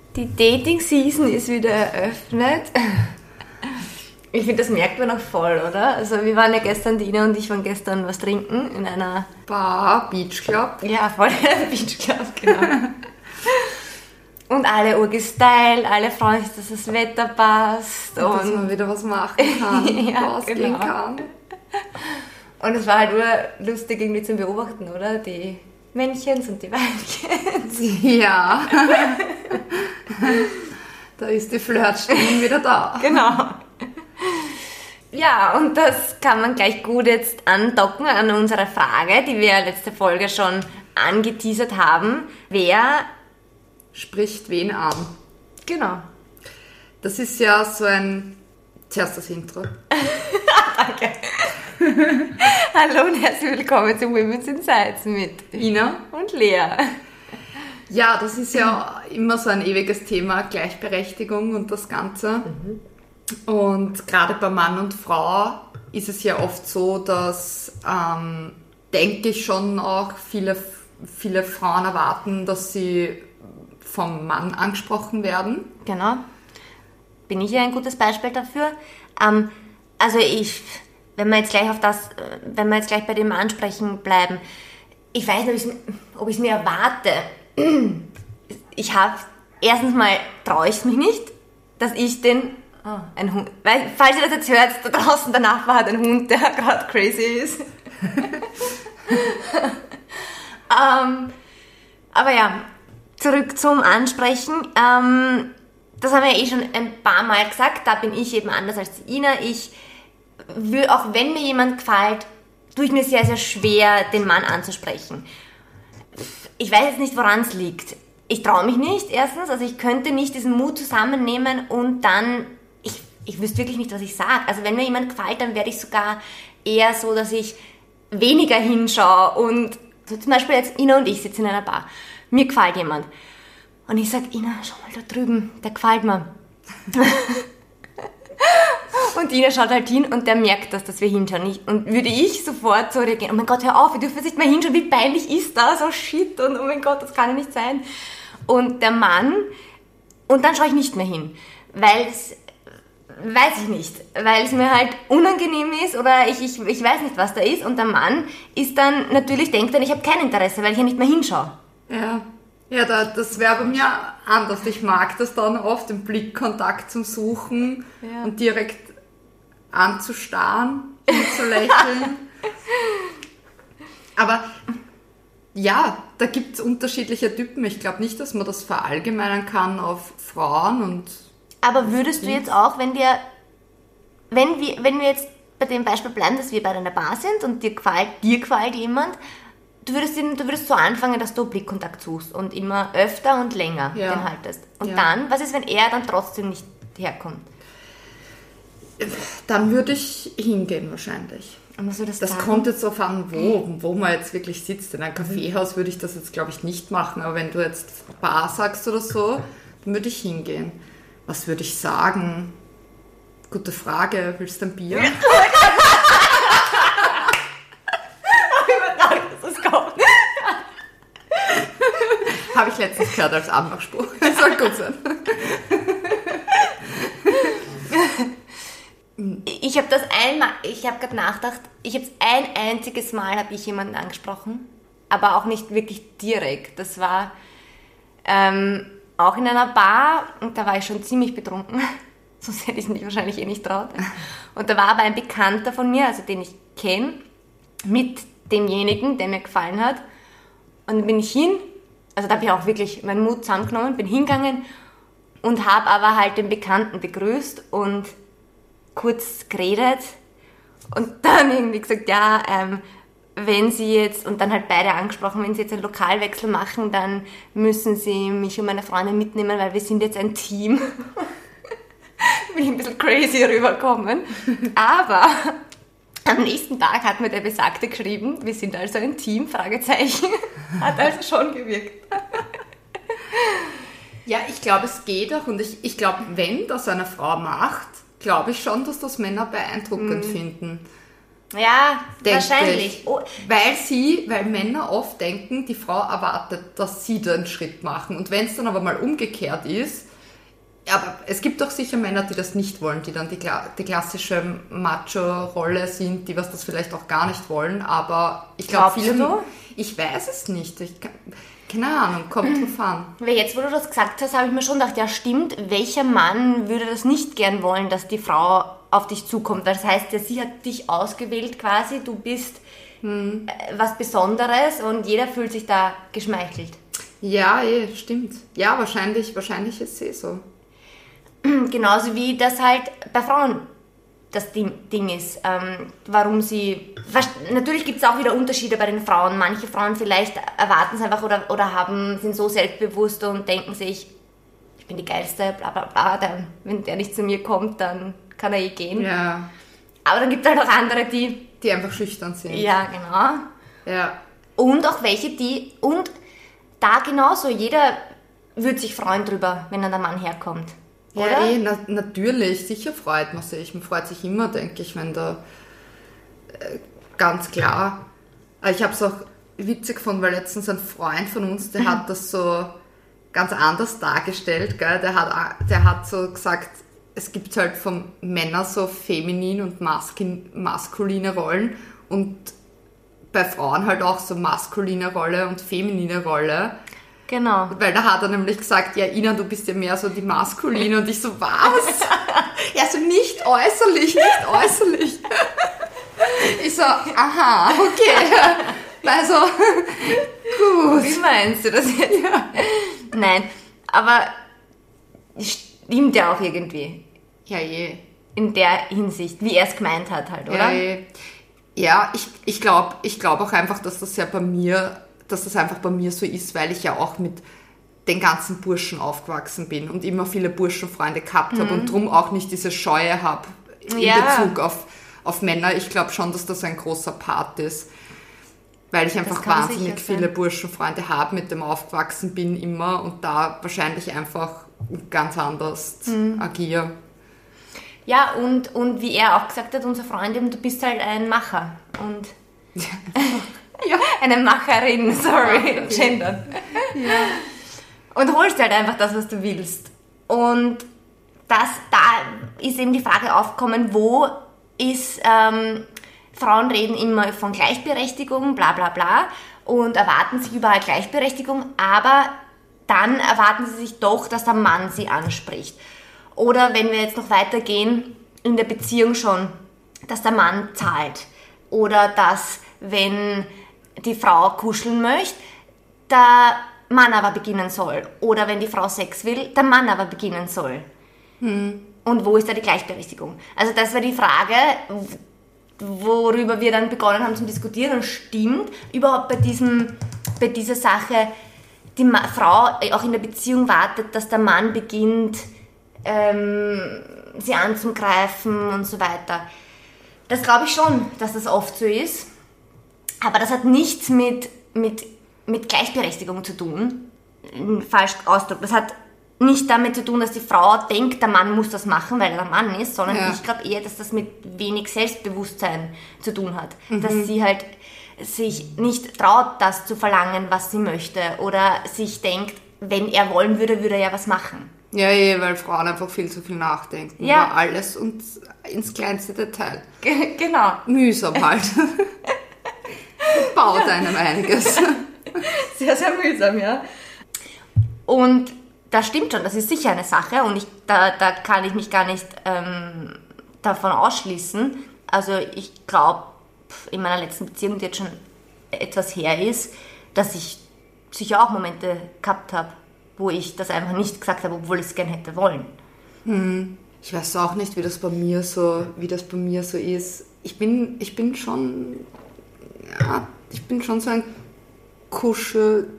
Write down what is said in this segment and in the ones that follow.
Die Dating-Season ist wieder eröffnet. Ich finde, das merkt man auch voll, oder? Also wir waren ja gestern, die Ina und ich waren gestern was trinken in einer Bar, Beach Club. Ja, voll Beach Club, genau. Und alle urgestylt, alle freuen sich, dass das Wetter passt. Und dass man wieder was machen kann, ja, rausgehen genau. kann. Und es war halt lustig irgendwie zum Beobachten, oder? Die Männchens und die Weibchens. Ja. Da ist die Flirtstimmung wieder da. Genau. Ja, und das kann man gleich gut jetzt andocken an unsere Frage, die wir letzte Folge schon angeteasert haben. Wer spricht wen an? Genau. Das ist ja so ein... Zuerst das Intro. Danke. Hallo und herzlich willkommen zu Women's Insights mit Ina und Lea. Ja, das ist ja immer so ein ewiges Thema, Gleichberechtigung und das Ganze. Und gerade bei Mann und Frau ist es ja oft so, dass, denke ich schon auch, viele Frauen erwarten, dass sie vom Mann angesprochen werden. Genau. Bin ich ja ein gutes Beispiel dafür. Wenn wir jetzt gleich bei dem Ansprechen bleiben, ich weiß nicht, ob ich es mir erwarte. Erstens mal traue ich es mich nicht, dass ich ein Hund, weil, falls ihr das jetzt hört, da draußen der Nachbar hat einen Hund, der gerade crazy ist. Aber ja, zurück zum Ansprechen. Das haben wir ja schon ein paar Mal gesagt, da bin ich eben anders als die Ina. Ich will, auch wenn mir jemand gefällt, tue ich mir sehr, sehr schwer, den Mann anzusprechen. Ich weiß jetzt nicht, woran es liegt. Ich traue mich nicht, erstens. Also ich könnte nicht diesen Mut zusammennehmen und dann, ich wüsste wirklich nicht, was ich sage. Also wenn mir jemand gefällt, dann werde ich sogar eher so, dass ich weniger hinschaue. Und so zum Beispiel jetzt Ina und ich sitzen in einer Bar. Mir gefällt jemand. Und ich sage, Ina, schau mal da drüben, der gefällt mir. Und Ina schaut halt hin und der merkt das, dass wir hinschauen. Und würde ich sofort so reagieren, oh mein Gott, hör auf, wir dürfen nicht mehr hinschauen, wie peinlich ist das, oh shit, und oh mein Gott, das kann ja nicht sein. Und der Mann, und dann schaue ich nicht mehr hin, weil es mir halt unangenehm ist oder ich weiß nicht, was da ist. Und der Mann denkt dann, ich habe kein Interesse, weil ich ja nicht mehr hinschaue. Ja, das wäre bei mir anders. Ich mag das dann oft, den Blickkontakt zum Suchen und direkt anzustarren und zu lächeln. Aber ja, da gibt es unterschiedliche Typen. Ich glaube nicht, dass man das verallgemeinern kann auf Frauen. Aber würdest du jetzt auch, wenn wir jetzt bei dem Beispiel bleiben, dass wir bei einer Bar sind und dir gefällt jemand, du würdest so anfangen, dass du Blickkontakt suchst und immer öfter und länger den haltest. Und dann, was ist, wenn er dann trotzdem nicht herkommt? Dann würde ich hingehen wahrscheinlich. Das kommt jetzt darauf an, wo man jetzt wirklich sitzt. In einem Kaffeehaus würde ich das jetzt, glaube ich, nicht machen. Aber wenn du jetzt Bar sagst oder so, dann würde ich hingehen. Was würde ich sagen? Gute Frage. Willst du ein Bier? Habe ich letztens gehört als Anmachspruch. Das soll gut sein. Ich habe gerade nachgedacht, ein einziges Mal habe ich jemanden angesprochen, aber auch nicht wirklich direkt. Das war auch in einer Bar und da war ich schon ziemlich betrunken, sonst hätte ich es mich wahrscheinlich nicht traut. Und da war aber ein Bekannter von mir, also den ich kenne, mit demjenigen, der mir gefallen hat. Und dann bin ich hin, also da habe ich auch wirklich meinen Mut zusammengenommen, bin hingegangen und habe aber halt den Bekannten begrüßt und kurz geredet und dann irgendwie gesagt, wenn Sie jetzt, und dann halt beide angesprochen, wenn Sie jetzt einen Lokalwechsel machen, dann müssen Sie mich und meine Freundin mitnehmen, weil wir sind jetzt ein Team. Bin ich ein bisschen crazy rüberkommen. Aber am nächsten Tag hat mir der Besagte geschrieben, wir sind also ein Team, Fragezeichen. Hat also schon gewirkt. Ja, ich glaube, es geht auch und ich glaube, wenn das eine Frau macht, glaube ich schon, dass das Männer beeindruckend finden. Ja, Denke wahrscheinlich. ich. Oh, Weil Männer oft denken, die Frau erwartet, dass sie den Schritt machen. Und wenn es dann aber mal umgekehrt ist, aber es gibt doch sicher Männer, die das nicht wollen, die dann die klassische Macho-Rolle sind, die was das vielleicht auch gar nicht wollen. Aber ich glaube, Glaubst du? Ich weiß es nicht. Keine Ahnung, kommt drauf an. weil jetzt, wo du das gesagt hast, habe ich mir schon gedacht, ja stimmt, welcher Mann würde das nicht gern wollen, dass die Frau auf dich zukommt? Weil das heißt ja, sie hat dich ausgewählt quasi, du bist was Besonderes und jeder fühlt sich da geschmeichelt. Ja, stimmt. Ja, wahrscheinlich ist es so. Genauso wie das halt bei Frauen das Ding ist. Warum sie... Natürlich gibt es auch wieder Unterschiede bei den Frauen. Manche Frauen vielleicht erwarten es einfach oder sind so selbstbewusst und denken sich, ich bin die Geilste, bla bla bla. Wenn der nicht zu mir kommt, dann kann er gehen. Ja. Aber dann gibt es halt auch andere, die... Die einfach schüchtern sind. Ja, genau. Ja. Und auch welche, die... Und da genauso, jeder würde sich freuen drüber, wenn dann der Mann herkommt. Oder? Ja, natürlich, sicher freut man sich. Man freut sich immer, denke ich, wenn da ganz klar. Aber ich habe es auch witzig gefunden, weil letztens ein Freund von uns, der hat das so ganz anders dargestellt, gell? Der hat so gesagt, es gibt halt von Männern so feminin und maskuline Rollen und bei Frauen halt auch so maskuline Rolle und feminine Rolle. Genau. Weil da hat er nämlich gesagt, ja Ina, du bist ja mehr so die maskuline und ich so, was? Ja, so nicht äußerlich. Ich so, aha, okay. Also, gut. Wie meinst du das jetzt? Ja. Nein, aber stimmt ja auch irgendwie. Ja, In der Hinsicht, wie er es gemeint hat halt, oder? Ja, ich glaube auch einfach, dass das einfach bei mir so ist, weil ich ja auch mit den ganzen Burschen aufgewachsen bin und immer viele Burschenfreunde gehabt habe und drum auch nicht diese Scheue habe in Bezug auf Männer. Ich glaube schon, dass das ein großer Part ist, weil ich einfach wahnsinnig viele Burschenfreunde habe, mit dem aufgewachsen bin immer und da wahrscheinlich einfach ganz anders agiere. Ja, und wie er auch gesagt hat, unser Freund, du bist halt ein Macher und... Ja. Eine Macherin, sorry, gendern. Ja. Und holst halt einfach das, was du willst. Und da ist eben die Frage aufgekommen, wo ist, Frauen reden immer von Gleichberechtigung, bla bla bla, und erwarten sich überall Gleichberechtigung, aber dann erwarten sie sich doch, dass der Mann sie anspricht. Oder wenn wir jetzt noch weitergehen, in der Beziehung schon, dass der Mann zahlt. Oder dass, wenn die Frau kuscheln möchte, der Mann aber beginnen soll. Oder wenn die Frau Sex will, der Mann aber beginnen soll. Und wo ist da die Gleichberechtigung? Also das war die Frage, worüber wir dann begonnen haben zu diskutieren. Und stimmt überhaupt bei dieser Sache, die Frau auch in der Beziehung wartet, dass der Mann beginnt, sie anzugreifen und so weiter. Das glaube ich schon, dass das oft so ist. Aber das hat nichts mit Gleichberechtigung zu tun. Falsch Ausdruck. Das hat nicht damit zu tun, dass die Frau denkt, der Mann muss das machen, weil er der Mann ist, sondern ich glaube eher, dass das mit wenig Selbstbewusstsein zu tun hat. Dass sie halt sich nicht traut, das zu verlangen, was sie möchte. Oder sich denkt, wenn er wollen würde, würde er ja was machen. Ja, weil Frauen einfach viel zu viel nachdenken über alles und ins kleinste Detail. Genau. Mühsam halt. Baut einem einiges. Sehr, sehr mühsam, ja. Und das stimmt schon, das ist sicher eine Sache und da kann ich mich gar nicht davon ausschließen. Also ich glaube, in meiner letzten Beziehung, die jetzt schon etwas her ist, dass ich sicher auch Momente gehabt habe, wo ich das einfach nicht gesagt habe, obwohl ich es gerne hätte wollen. Ich weiß auch nicht, wie das bei mir so ist. Ich bin schon so ein Kuscheltyp.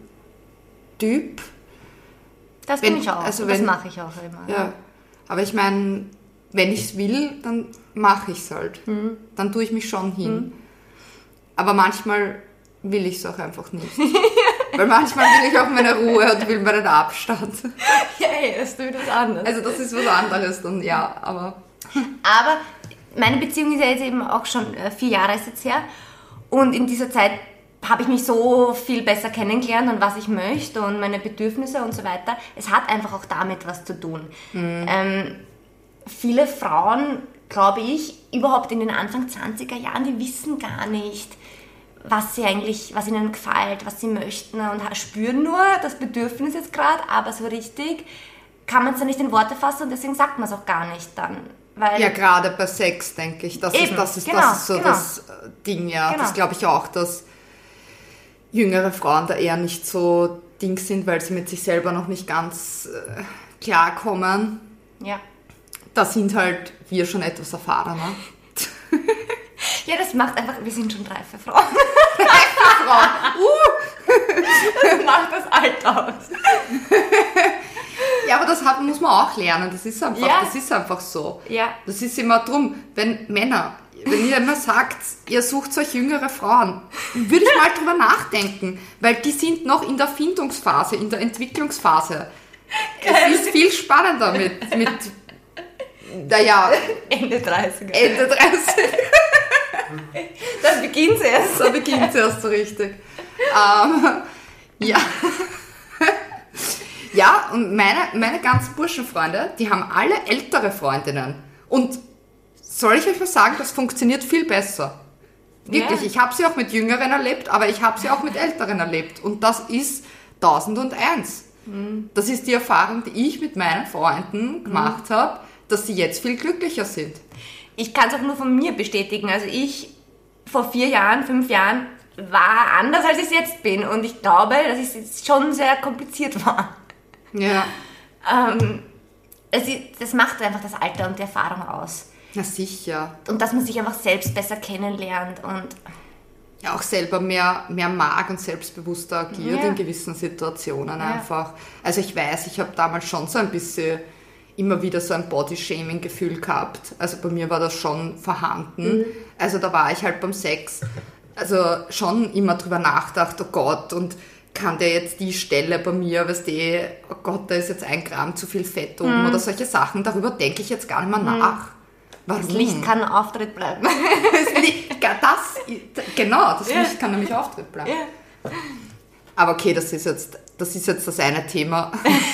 Das bin ich auch. Also das mache ich auch immer. Ja, aber ich meine, wenn ich es will, dann mache ich es halt. Dann tue ich mich schon hin. Aber manchmal will ich es auch einfach nicht. Weil manchmal will ich auch meine Ruhe und will meinen Abstand. Ja, das tut was anderes. Also das ist was anderes dann, ja, aber... Aber meine Beziehung ist ja jetzt eben auch schon 4 Jahre ist jetzt her. Und in dieser Zeit habe ich mich so viel besser kennengelernt und was ich möchte und meine Bedürfnisse und so weiter. Es hat einfach auch damit was zu tun. Viele Frauen, glaube ich, überhaupt in den Anfang 20er Jahren, die wissen gar nicht, was ihnen gefällt, was sie möchten und spüren nur das Bedürfnis jetzt gerade, aber so richtig kann man es dann nicht in Worte fassen und deswegen sagt man es auch gar nicht dann. Weil ja, gerade bei Sex, denke ich. Das ist das Ding, ja. Genau. Das glaube ich auch, dass jüngere Frauen da eher nicht so Ding sind, weil sie mit sich selber noch nicht ganz klarkommen. Ja. Da sind halt wir schon etwas erfahrener. Ja, das macht einfach, wir sind schon reife Frauen. Reife Frauen! Das macht das Alter aus. Ja, aber das muss man auch lernen. Das ist einfach so. Ja. Das ist immer drum, wenn ihr immer sagt, ihr sucht euch jüngere Frauen, würde ich mal drüber nachdenken, weil die sind noch in der Findungsphase, in der Entwicklungsphase. Es ist viel spannender mit naja, Ende 30er. Ende 30. Da beginnt es erst. Da beginnt es erst so richtig. Ja. Ja, und meine ganzen Burschenfreunde, die haben alle ältere Freundinnen. Und soll ich euch was sagen, das funktioniert viel besser. Wirklich, ich habe sie auch mit Jüngeren erlebt, aber ich habe sie auch mit Älteren erlebt. Und das ist 1001. Das ist die Erfahrung, die ich mit meinen Freunden gemacht habe, dass sie jetzt viel glücklicher sind. Ich kann es auch nur von mir bestätigen. Also ich vor 4 Jahren, 5 Jahren war anders, als ich es jetzt bin. Und ich glaube, dass es jetzt schon sehr kompliziert war. Ja. Das macht einfach das Alter und die Erfahrung aus. Na sicher. Und dass man sich einfach selbst besser kennenlernt und ja, auch selber mehr mag und selbstbewusster agiert in gewissen Situationen einfach. Also ich weiß, ich habe damals schon so ein bisschen immer wieder so ein Body-Shaming-Gefühl gehabt. Also bei mir war das schon vorhanden. Also da war ich halt beim Sex, also schon immer drüber nachgedacht, oh Gott, und kann der jetzt die Stelle bei mir, weißt du, oh Gott, da ist jetzt 1 Gramm zu viel Fett oben oder solche Sachen. Darüber denke ich jetzt gar nicht mehr nach. Warum? Das Licht kann Auftritt bleiben. Das Licht kann nämlich Auftritt bleiben. Ja. Aber okay, das ist jetzt das eine Thema.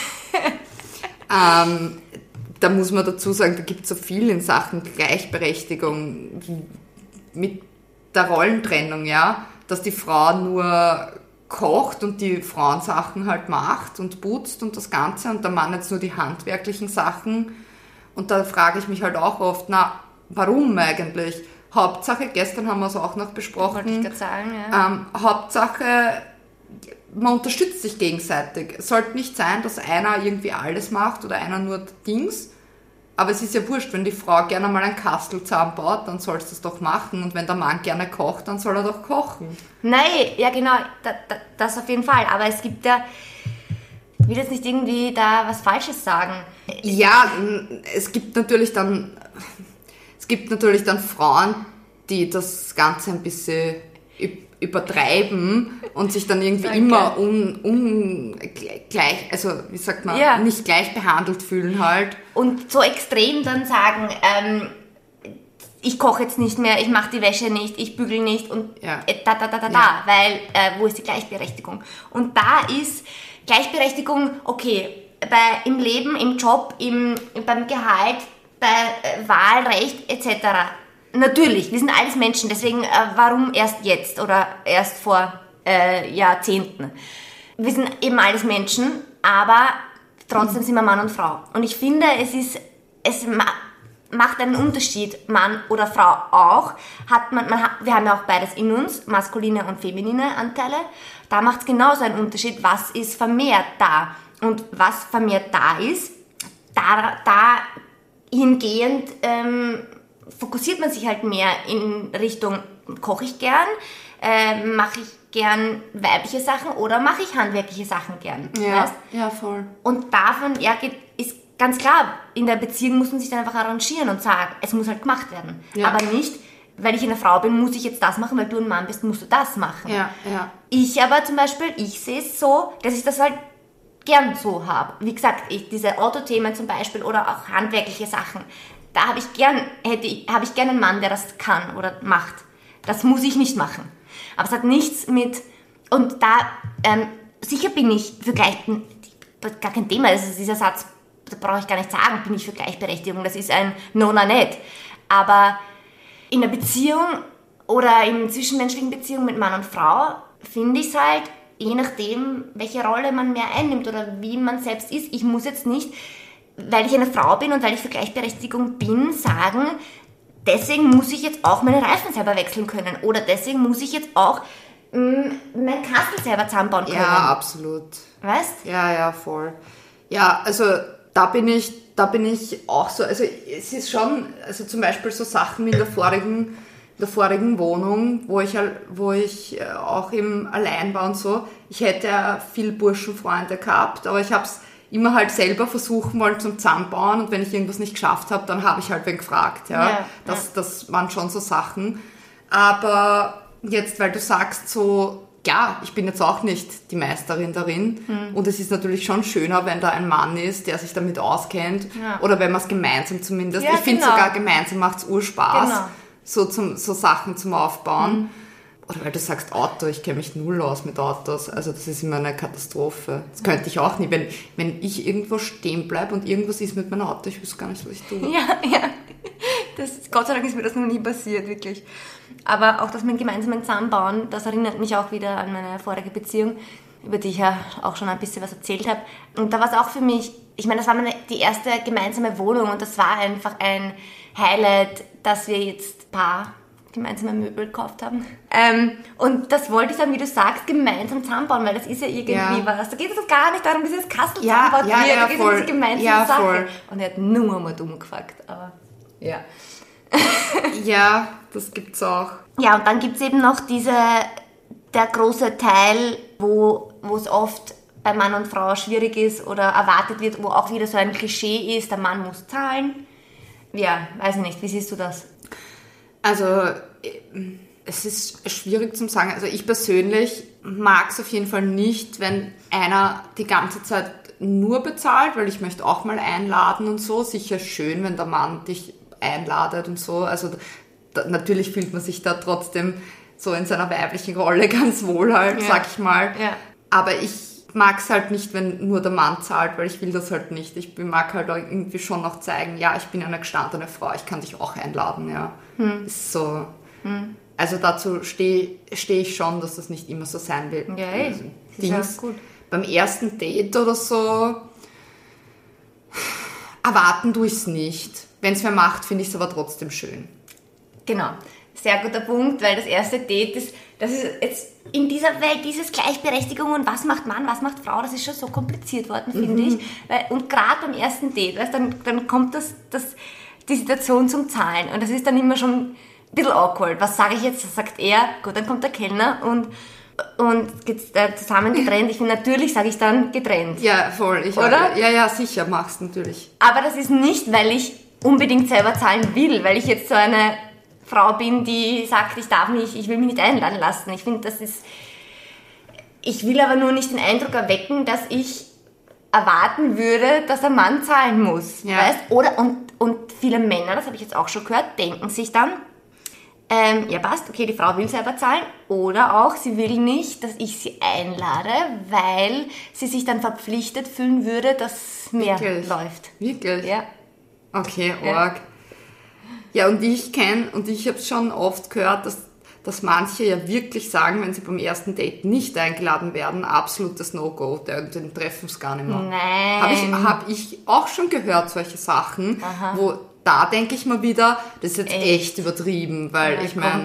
Da muss man dazu sagen, da gibt es so viel in Sachen Gleichberechtigung mit der Rollentrennung, ja, dass die Frau nur kocht und die Frauensachen halt macht und putzt und das Ganze und der Mann jetzt nur die handwerklichen Sachen. Und da frage ich mich halt auch oft, warum eigentlich? Hauptsache, gestern haben wir es auch noch besprochen, wollte ich gerade sagen, ja. Hauptsache, man unterstützt sich gegenseitig. Es sollte nicht sein, dass einer irgendwie alles macht oder einer nur Dings. Aber es ist ja wurscht, wenn die Frau gerne mal einen Kastel zusammenbaut, dann soll sie das doch machen. Und wenn der Mann gerne kocht, dann soll er doch kochen. Nein, ja genau, das auf jeden Fall. Aber es gibt ja, ich will jetzt nicht irgendwie da was Falsches sagen. Ja, es gibt natürlich dann Frauen, die das Ganze ein bisschen übertreiben und sich dann irgendwie immer gleich, also wie sagt man, nicht gleich behandelt fühlen halt. Und so extrem dann sagen, ich koche jetzt nicht mehr, ich mache die Wäsche nicht, ich bügel nicht und weil wo ist die Gleichberechtigung? Und da ist Gleichberechtigung, okay, im Leben, im Job, beim Gehalt, bei Wahlrecht etc. Natürlich, wir sind alles Menschen, deswegen warum erst jetzt oder erst vor Jahrzehnten? Wir sind eben alles Menschen, aber trotzdem sind wir Mann und Frau. Und ich finde, es macht einen Unterschied, Mann oder Frau auch. Wir haben ja auch beides in uns, maskuline und feminine Anteile. Da macht es genauso einen Unterschied, was ist vermehrt da. Und was vermehrt da ist, da hingehend fokussiert man sich halt mehr in Richtung, koche ich gern, mache ich gern weibliche Sachen oder mache ich handwerkliche Sachen gern. Ja, weißt? Ja, voll. Und davon ist ganz klar, in der Beziehung muss man sich dann einfach arrangieren und sagen, es muss halt gemacht werden. Ja. Aber nicht, weil ich eine Frau bin, muss ich jetzt das machen, weil du ein Mann bist, musst du das machen. Ja. Ich aber zum Beispiel, ich sehe es so, dass ich das halt gern so habe. Wie gesagt, diese Autothemen zum Beispiel oder auch handwerkliche Sachen, da habe ich gern einen Mann, der das kann oder macht. Das muss ich nicht machen. Aber es hat nichts mit, und da, sicher bin ich für gar kein Thema, also dieser Satz, da brauche ich gar nicht sagen, bin ich für Gleichberechtigung, das ist ein No-Na-Net. Aber in einer Beziehung oder in zwischenmenschlichen Beziehungen mit Mann und Frau finde ich es halt, je nachdem, welche Rolle man mehr einnimmt oder wie man selbst ist, ich muss jetzt nicht, weil ich eine Frau bin und weil ich für Gleichberechtigung bin, sagen, deswegen muss ich jetzt auch meine Reifen selber wechseln können oder deswegen muss ich jetzt auch mein Kastel selber zusammenbauen können. Ja, absolut. Weißt? Ja, voll. Ja, also da bin ich auch so, also es ist schon, also zum Beispiel so Sachen wie in der vorigen Wohnung, wo ich auch eben allein war und so. Ich hätte ja viel Burschenfreunde gehabt, aber ich habe es immer halt selber versuchen wollen zum Zusammenbauen und wenn ich irgendwas nicht geschafft habe, dann habe ich halt wen gefragt. Ja? Das waren schon so Sachen. Aber jetzt, weil du sagst so, ja, ich bin jetzt auch nicht die Meisterin darin und es ist natürlich schon schöner, wenn da ein Mann ist, der sich damit auskennt oder wenn man es gemeinsam zumindest. Ja, ich finde sogar gemeinsam macht es Urspaß, so Sachen zum Aufbauen. Oder weil du sagst Auto, ich kenne mich null aus mit Autos, also das ist immer eine Katastrophe. Das könnte ich auch nicht, wenn ich irgendwo stehen bleibe und irgendwas ist mit meinem Auto, ich wüsste gar nicht, was ich tue. Ja. Gott sei Dank ist mir das noch nie passiert, wirklich. Aber auch das mit gemeinsamen Zusammenbauen, das erinnert mich auch wieder an meine vorige Beziehung, über die ich ja auch schon ein bisschen was erzählt habe. Und da war es auch für mich, ich meine, das war die erste gemeinsame Wohnung und das war einfach ein Highlight, dass wir jetzt ein paar gemeinsame Möbel gekauft haben. Und das wollte ich dann, wie du sagst, gemeinsam zusammenbauen, weil das ist ja irgendwie was. Da geht es gar nicht darum, dieses Kastel zusammenbaut wird, da geht es um diese gemeinsame Sache. Voll. Und er hat nur mal dumm gefragt, aber ja. Ja, das gibt's auch. Ja, und dann gibt's eben noch der große Teil, wo es oft bei Mann und Frau schwierig ist oder erwartet wird, wo auch wieder so ein Klischee ist, der Mann muss zahlen. Ja, weiß ich nicht, wie siehst du das? Also, es ist schwierig zu sagen. Also, ich persönlich mag es auf jeden Fall nicht, wenn einer die ganze Zeit nur bezahlt, weil ich möchte auch mal einladen und so. Sicher schön, wenn der Mann dich einladet und so. Also, natürlich fühlt man sich da trotzdem so in seiner weiblichen Rolle ganz wohl halt, sag ich mal. Ja. Aber ich mag es halt nicht, wenn nur der Mann zahlt, weil ich will das halt nicht. Ich mag halt auch irgendwie schon noch zeigen, ja, ich bin eine gestandene Frau, ich kann dich auch einladen, ja. Ist so. Also dazu stehe ich schon, dass das nicht immer so sein will. Ja, also, ist gut. Beim ersten Date oder so erwarten tue ich es nicht. Wenn es wer macht, finde ich es aber trotzdem schön. Genau. Sehr guter Punkt, weil das erste Date das ist jetzt in dieser Welt, dieses Gleichberechtigung und was macht Mann, was macht Frau, das ist schon so kompliziert worden, finde ich. Und gerade beim ersten Date, weißt, dann kommt die Situation zum Zahlen und das ist dann immer schon ein bisschen awkward. Was sage ich jetzt? Das sagt er, gut, dann kommt der Kellner und zusammen getrennt. Ich finde, natürlich sage ich dann getrennt. Ja, voll. Oder? Ja, sicher, mach's natürlich. Aber das ist nicht, weil ich unbedingt selber zahlen will, weil ich jetzt so eine Frau bin, die sagt, ich will mich nicht einladen lassen. Ich finde, ich will aber nur nicht den Eindruck erwecken, dass ich erwarten würde, dass ein Mann zahlen muss. Ja. Weißt? Oder, und viele Männer, das habe ich jetzt auch schon gehört, denken sich dann, ja passt, okay, die Frau will selber zahlen oder auch, sie will nicht, dass ich sie einlade, weil sie sich dann verpflichtet fühlen würde, dass mehr läuft. Wirklich? Ja. Okay, arg. Ja, und ich habe es schon oft gehört, dass manche ja wirklich sagen, wenn sie beim ersten Date nicht eingeladen werden, absolutes No-Go, den treffen es gar nicht mehr. Nein. Hab ich auch schon gehört, solche Sachen, wo da denke ich mal wieder, das ist jetzt echt übertrieben, weil ja, ich meine,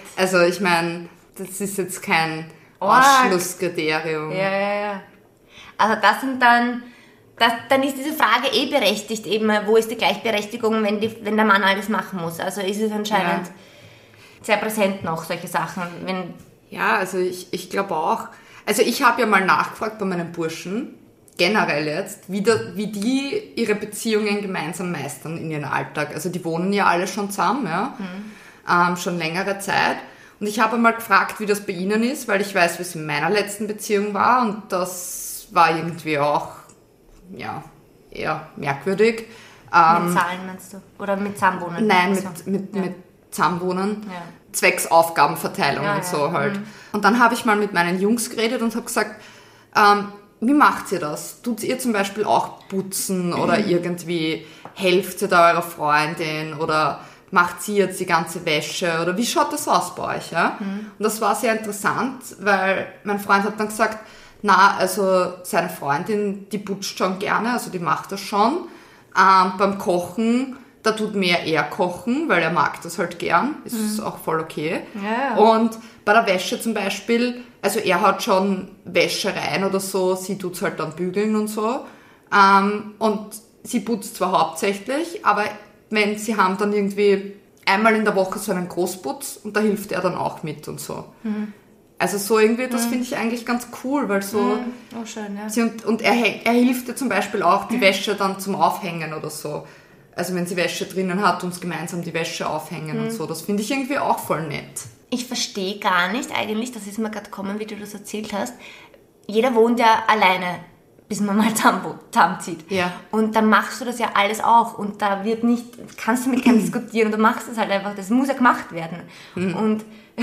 das ist jetzt kein Ausschlusskriterium. Ja. Also das sind dann ist diese Frage berechtigt eben, wo ist die Gleichberechtigung, wenn der Mann alles machen muss. Also ist es anscheinend sehr präsent noch, solche Sachen. Ja, also ich glaube auch. Also ich habe ja mal nachgefragt bei meinen Burschen, generell jetzt, wie die ihre Beziehungen gemeinsam meistern in ihrem Alltag. Also die wohnen ja alle schon zusammen, schon längere Zeit. Und ich habe mal gefragt, wie das bei ihnen ist, weil ich weiß, wie es in meiner letzten Beziehung war und das war irgendwie auch eher merkwürdig, Mit Zahlen meinst du? Oder mit Zusammenwohnen? Nein, Also, mit Zusammenwohnen. Ja. Zwecks Aufgabenverteilung und so halt. Und dann habe ich mal mit meinen Jungs geredet und habe gesagt, wie macht ihr das? Tut ihr zum Beispiel auch putzen oder irgendwie helft ihr da eurer Freundin oder macht sie jetzt die ganze Wäsche oder wie schaut das aus bei euch? Ja? Und das war sehr interessant, weil mein Freund hat dann gesagt, also seine Freundin, die putzt schon gerne, also die macht das schon. Beim Kochen, da tut mehr er kochen, weil er mag das halt gern, ist auch voll okay. Ja. Und bei der Wäsche zum Beispiel, also er hat schon Wäsche rein oder so, sie tut's halt dann bügeln und so. Und sie putzt zwar hauptsächlich, aber wenn sie haben dann irgendwie einmal in der Woche so einen Großputz und da hilft er dann auch mit und so. Also so irgendwie, das finde ich eigentlich ganz cool, weil so... Oh, schön, ja. Und er hilft dir zum Beispiel auch, die Wäsche dann zum Aufhängen oder so. Also wenn sie Wäsche drinnen hat, uns gemeinsam die Wäsche aufhängen und so. Das finde ich irgendwie auch voll nett. Ich verstehe gar nicht eigentlich, das ist mir gerade gekommen, wie du das erzählt hast. Jeder wohnt ja alleine, bis man mal zusammenzieht. Ja. Und dann machst du das ja alles auch und da wird nicht, kannst du mit keinem diskutieren, du machst es halt einfach, das muss ja gemacht werden. Und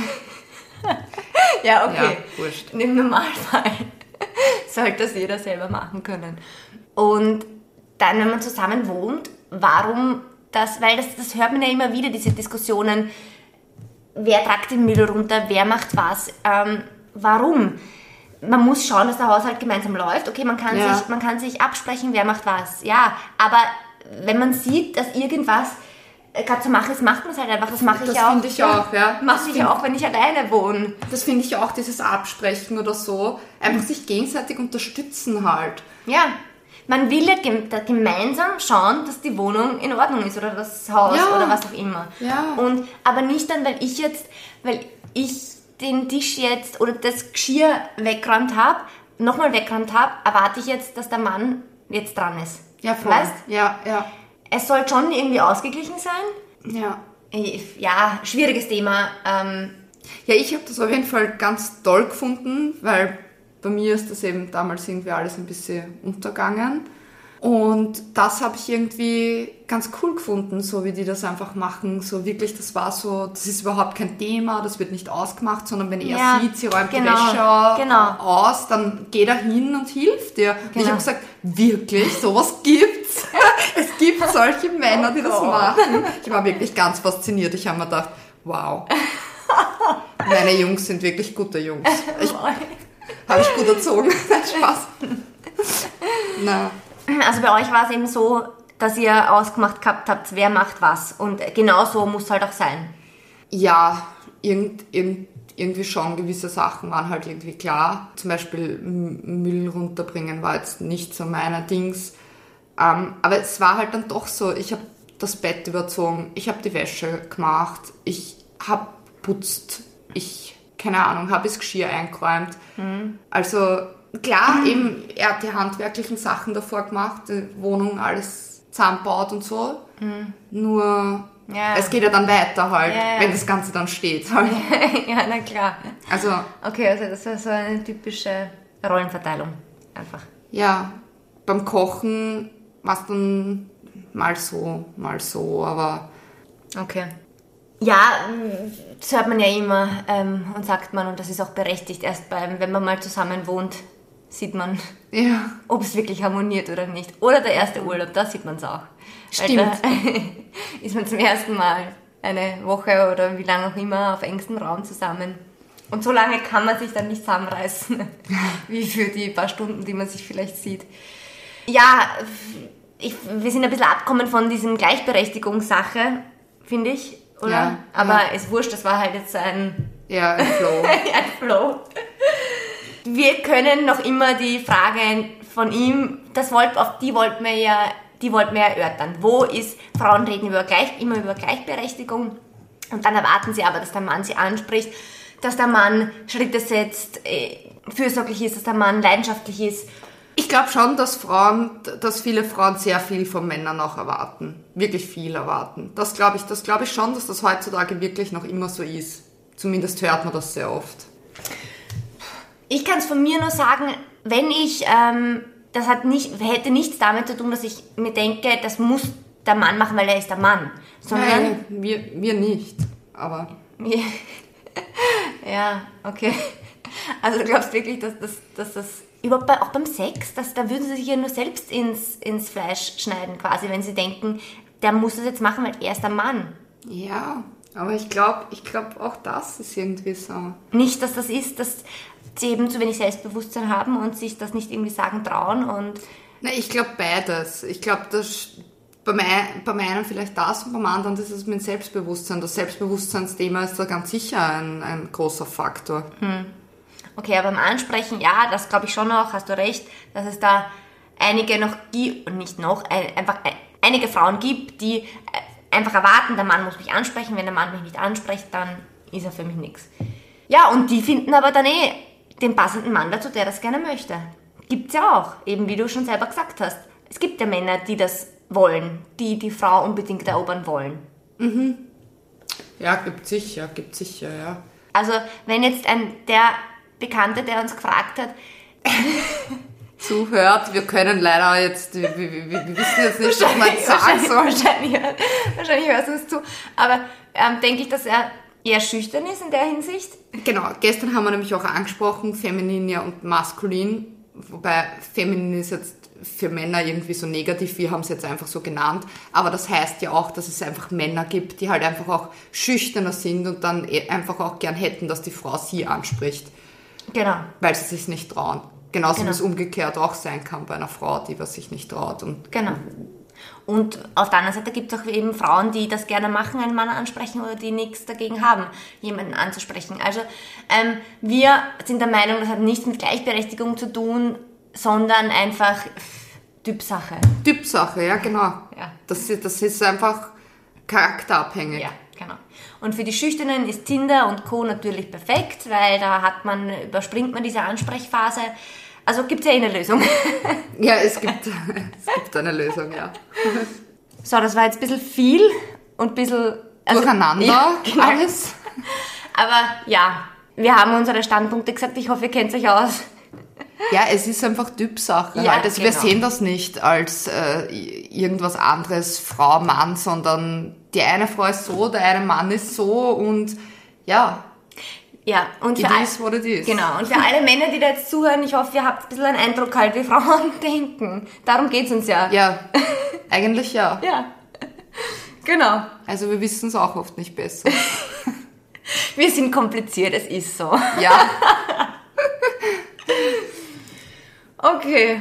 ja, okay. Ja, wurscht. Im Normalfall sollte das jeder selber machen können. Und dann, wenn man zusammen wohnt, warum das, weil das hört man ja immer wieder, diese Diskussionen, wer tragt den Müll runter, wer macht was, warum? Man muss schauen, dass der Haushalt gemeinsam läuft. Okay, man kann sich absprechen, wer macht was. Ja, aber wenn man sieht, dass irgendwas gerade zu machen ist, macht man es halt einfach. Das mache ich auch. Das finde ich auch, ja. Mache ich auch, wenn ich alleine wohne. Das finde ich auch, dieses Absprechen oder so. Einfach sich gegenseitig unterstützen halt. Ja, man will ja gemeinsam schauen, dass die Wohnung in Ordnung ist oder das Haus oder was auch immer. Ja. Aber nicht dann, weil ich den Tisch jetzt oder das Geschirr weggeräumt habe, nochmal weggeräumt habe, erwarte ich jetzt, dass der Mann jetzt dran ist. Ja, voll. Weißt? Ja. Es soll schon irgendwie ausgeglichen sein. Ja. Ja, schwieriges Thema. Ja, ich habe das auf jeden Fall ganz toll gefunden, weil bei mir ist das eben damals irgendwie alles ein bisschen untergegangen. Und das habe ich irgendwie ganz cool gefunden, so wie die das einfach machen. So wirklich, das war so, das ist überhaupt kein Thema, das wird nicht ausgemacht, sondern wenn er sieht, sie räumt die Wäsche aus, dann geht er hin und hilft dir. Und ich habe gesagt, wirklich, sowas gibt's? Es gibt solche Männer, die das machen. Ich war wirklich ganz fasziniert. Ich habe mir gedacht, wow, meine Jungs sind wirklich gute Jungs. Habe ich gut erzogen. Spaß. Na. Also bei euch war es eben so, dass ihr ausgemacht gehabt habt, wer macht was. Und genau so muss es halt auch sein. Ja, irgendwie schon. Gewisse Sachen waren halt irgendwie klar. Zum Beispiel Müll runterbringen war jetzt nicht so meine Dings. Aber es war halt dann doch so, ich habe das Bett überzogen, ich habe die Wäsche gemacht, ich habe putzt, keine Ahnung, habe das Geschirr eingeräumt. Also klar, eben, er hat die handwerklichen Sachen davor gemacht, die Wohnung alles zusammenbaut und so. Nur, es geht ja dann weiter halt, wenn das Ganze dann steht. Halt. Ja, na klar. Also, okay, also das ist so eine typische Rollenverteilung einfach. Ja, beim Kochen war es dann mal so, aber... Okay. Ja, das hört man ja immer und sagt man, und das ist auch berechtigt, erst wenn man mal zusammen wohnt, sieht man, ob es wirklich harmoniert oder nicht. Oder der erste Urlaub, da sieht man es auch. Stimmt. Weil da ist man zum ersten Mal eine Woche oder wie lange auch immer auf engstem Raum zusammen. Und so lange kann man sich dann nicht zusammenreißen, wie für die paar Stunden, die man sich vielleicht sieht. Ja, wir sind ein bisschen abgekommen von diesem Gleichberechtigungssache, finde ich, oder? Ja, aber ist wurscht, das war halt jetzt ein Flow. ein Flow. Wir können noch immer die Frage von ihm, die wollten wir ja erörtern. Wo ist, Frauen reden immer über Gleichberechtigung und dann erwarten sie aber, dass der Mann sie anspricht, dass der Mann Schritte setzt, fürsorglich ist, dass der Mann leidenschaftlich ist. Ich glaube schon, dass viele Frauen sehr viel von Männern auch erwarten. Wirklich viel erwarten. Das glaube ich schon, dass das heutzutage wirklich noch immer so ist. Zumindest hört man das sehr oft. Ich kann es von mir nur sagen, wenn ich, das hätte nichts damit zu tun, dass ich mir denke, das muss der Mann machen, weil er ist der Mann. Sondern Nein, wir nicht. Aber ja, okay. Also du glaubst wirklich, dass das überhaupt auch beim Sex, da würden sie sich ja nur selbst ins Fleisch schneiden quasi, wenn sie denken, der muss das jetzt machen, weil er ist der Mann. ja, aber ich glaube auch das ist irgendwie so. Nicht, dass das ist, dass sie eben zu wenig Selbstbewusstsein haben und sich das nicht irgendwie sagen trauen und... Na, ich glaube beides. Ich glaube, dass beim einen vielleicht das und beim anderen das ist mit Selbstbewusstsein. Das Selbstbewusstseinsthema ist da ganz sicher ein großer Faktor. Okay, aber beim Ansprechen, ja, das glaube ich schon noch, hast du recht, dass es da einige noch gibt, und nicht noch, einfach einige Frauen gibt, die einfach erwarten, der Mann muss mich ansprechen, wenn der Mann mich nicht anspricht, dann ist er für mich nichts. Ja, und die finden aber dann den passenden Mann dazu, der das gerne möchte. Gibt's ja auch, eben wie du schon selber gesagt hast. Es gibt ja Männer, die das wollen, die Frau unbedingt erobern wollen. Ja, gibt sicher, ja. Also, wenn jetzt der Bekannte, der uns gefragt hat, zuhört, wir können leider jetzt, wir wissen jetzt nicht, was man sagen soll. Wahrscheinlich hörst du uns zu, aber denke ich, dass er eher schüchtern ist in der Hinsicht. Genau, gestern haben wir nämlich auch angesprochen, feminin ja und maskulin, wobei feminin ist jetzt für Männer irgendwie so negativ, wir haben es jetzt einfach so genannt, aber das heißt ja auch, dass es einfach Männer gibt, die halt einfach auch schüchterner sind und dann einfach auch gern hätten, dass die Frau sie anspricht. Genau. Weil sie sich nicht trauen. Genauso wie es umgekehrt auch sein kann bei einer Frau, die was sich nicht traut. Genau. Und auf der anderen Seite gibt es auch eben Frauen, die das gerne machen, einen Mann ansprechen oder die nichts dagegen haben, jemanden anzusprechen. Also wir sind der Meinung, das hat nichts mit Gleichberechtigung zu tun, sondern einfach Typsache. Typsache, ja genau. Ja. Das ist einfach charakterabhängig. Ja, genau. Und für die Schüchternen ist Tinder und Co. natürlich perfekt, weil da überspringt man diese Ansprechphase. Also gibt es ja eine Lösung. Ja, es gibt eine Lösung, ja. So, das war jetzt ein bisschen viel und ein bisschen... Durcheinander, ja, genau. alles. Aber ja, wir haben unsere Standpunkte gesagt. Ich hoffe, ihr kennt euch aus. Ja, es ist einfach Typsache. Ja, halt. Wir genau. sehen das nicht als irgendwas anderes, Frau, Mann, sondern die eine Frau ist so, der eine Mann ist so und ja... Ja, und it is what it is. Genau, und für alle Männer, die da jetzt zuhören, ich hoffe, ihr habt ein bisschen einen Eindruck halt, wie Frauen denken. Darum geht's uns ja. Ja, eigentlich ja. Ja, genau. Also wir wissen es auch oft nicht besser. Wir sind kompliziert, es ist so. Ja. Okay,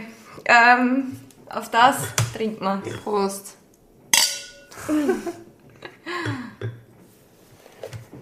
auf das trinkt man. Prost.